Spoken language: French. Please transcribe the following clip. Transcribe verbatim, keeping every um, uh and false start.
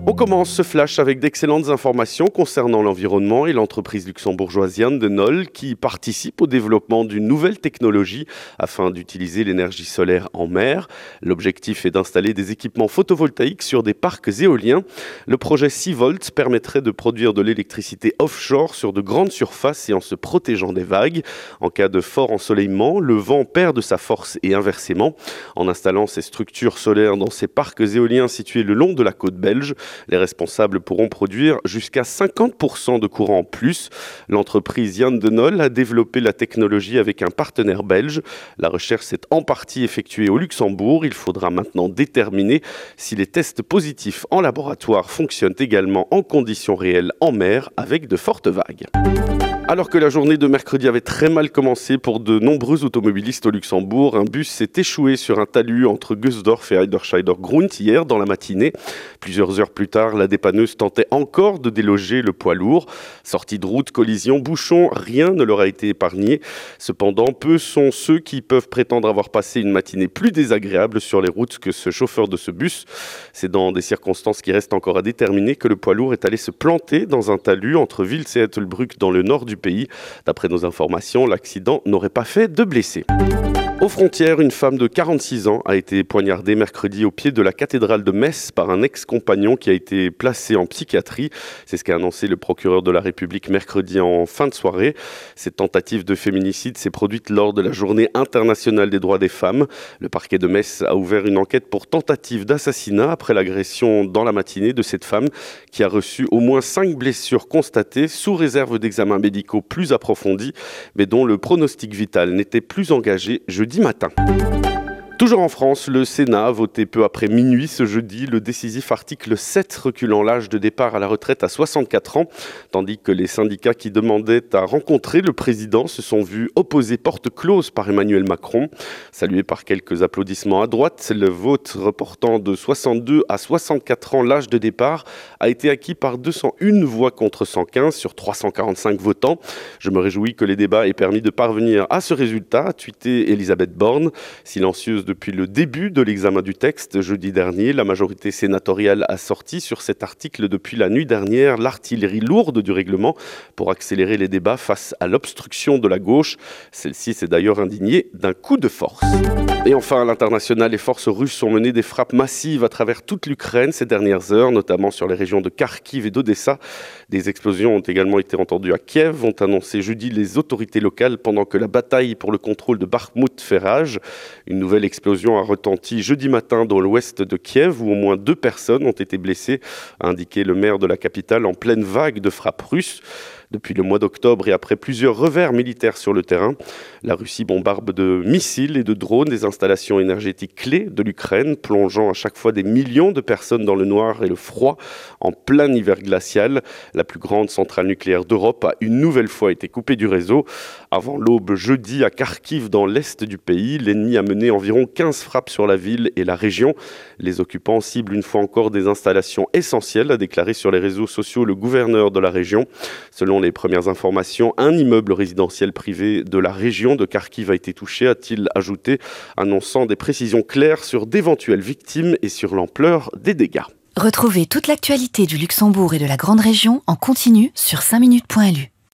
On commence ce flash avec d'excellentes informations concernant l'environnement et l'entreprise luxembourgeoise Jan de Nul qui participe au développement d'une nouvelle technologie afin d'utiliser l'énergie solaire en mer. L'objectif est d'installer des équipements photovoltaïques sur des parcs éoliens. Le projet Seavolt permettrait de produire de l'électricité offshore sur de grandes surfaces et en se protégeant des vagues. En cas de fort ensoleillement, le vent perd de sa force et inversement. En installant ces structures solaires dans ces parcs éoliens situés le long de la côte belge, les responsables pourront produire jusqu'à cinquante pour cent de courant en plus. L'entreprise Jan de Nul a développé la technologie avec un partenaire belge. La recherche s'est en partie effectuée au Luxembourg. Il faudra maintenant déterminer si les tests positifs en laboratoire fonctionnent également en conditions réelles en mer avec de fortes vagues. Alors que la journée de mercredi avait très mal commencé pour de nombreux automobilistes au Luxembourg, un bus s'est échoué sur un talus entre Gusdorf et Eiderscheider Grund hier dans la matinée. Plusieurs heures plus tard, la dépanneuse tentait encore de déloger le poids lourd. Sortie de route, collision, bouchon, rien ne leur a été épargné. Cependant, peu sont ceux qui peuvent prétendre avoir passé une matinée plus désagréable sur les routes que ce chauffeur de ce bus. C'est dans des circonstances qui restent encore à déterminer que le poids lourd est allé se planter dans un talus entre Vils et Ettelbruck dans le nord du pays. D'après nos informations, l'accident n'aurait pas fait de blessés. Aux frontières, une femme de quarante-six ans a été poignardée mercredi au pied de la cathédrale de Metz par un ex-compagnon qui a été placé en psychiatrie. C'est ce qu'a annoncé le procureur de la République mercredi en fin de soirée. Cette tentative de féminicide s'est produite lors de la journée internationale des droits des femmes. Le parquet de Metz a ouvert une enquête pour tentative d'assassinat après l'agression dans la matinée de cette femme qui a reçu au moins cinq blessures constatées sous réserve d'examens médicaux plus approfondis, mais dont le pronostic vital n'était plus engagé jeudi matin. Toujours en France, le Sénat a voté peu après minuit ce jeudi le décisif article sept reculant l'âge de départ à la retraite à soixante-quatre ans, tandis que les syndicats qui demandaient à rencontrer le président se sont vus opposer porte close par Emmanuel Macron. Salué par quelques applaudissements à droite, le vote reportant de soixante-deux à soixante-quatre ans l'âge de départ a été acquis par deux cent une voix contre cent quinze sur trois cent quarante-cinq votants. Je me réjouis que les débats aient permis de parvenir à ce résultat, a tweeté Elisabeth Borne, silencieuse depuis le début de l'examen du texte. Jeudi dernier, la majorité sénatoriale a sorti sur cet article depuis la nuit dernière l'artillerie lourde du règlement pour accélérer les débats face à l'obstruction de la gauche. Celle-ci s'est d'ailleurs indignée d'un coup de force. Et enfin, à l'international, les forces russes ont mené des frappes massives à travers toute l'Ukraine ces dernières heures, notamment sur les régions de Kharkiv et d'Odessa. Des explosions ont également été entendues à Kiev, ont annoncé jeudi les autorités locales pendant que la bataille pour le contrôle de Bakhmout fait rage. Une nouvelle explosion a retenti jeudi matin dans l'ouest de Kiev où au moins deux personnes ont été blessées, a indiqué le maire de la capitale en pleine vague de frappes russes. Depuis le mois d'octobre et après plusieurs revers militaires sur le terrain, la Russie bombarde de missiles et de drones des installations énergétiques clés de l'Ukraine, plongeant à chaque fois des millions de personnes dans le noir et le froid en plein hiver glacial. La plus grande centrale nucléaire d'Europe a une nouvelle fois été coupée du réseau. Avant l'aube jeudi à Kharkiv dans l'est du pays, l'ennemi a mené environ quinze frappes sur la ville et la région. Les occupants ciblent une fois encore des installations essentielles, a déclaré sur les réseaux sociaux le gouverneur de la région. Selon les premières informations, un immeuble résidentiel privé de la région de Kharkiv a été touché, a-t-il ajouté, annonçant des précisions claires sur d'éventuelles victimes et sur l'ampleur des dégâts. Retrouvez toute l'actualité du Luxembourg et de la Grande Région en continu sur cinq minutes point l u.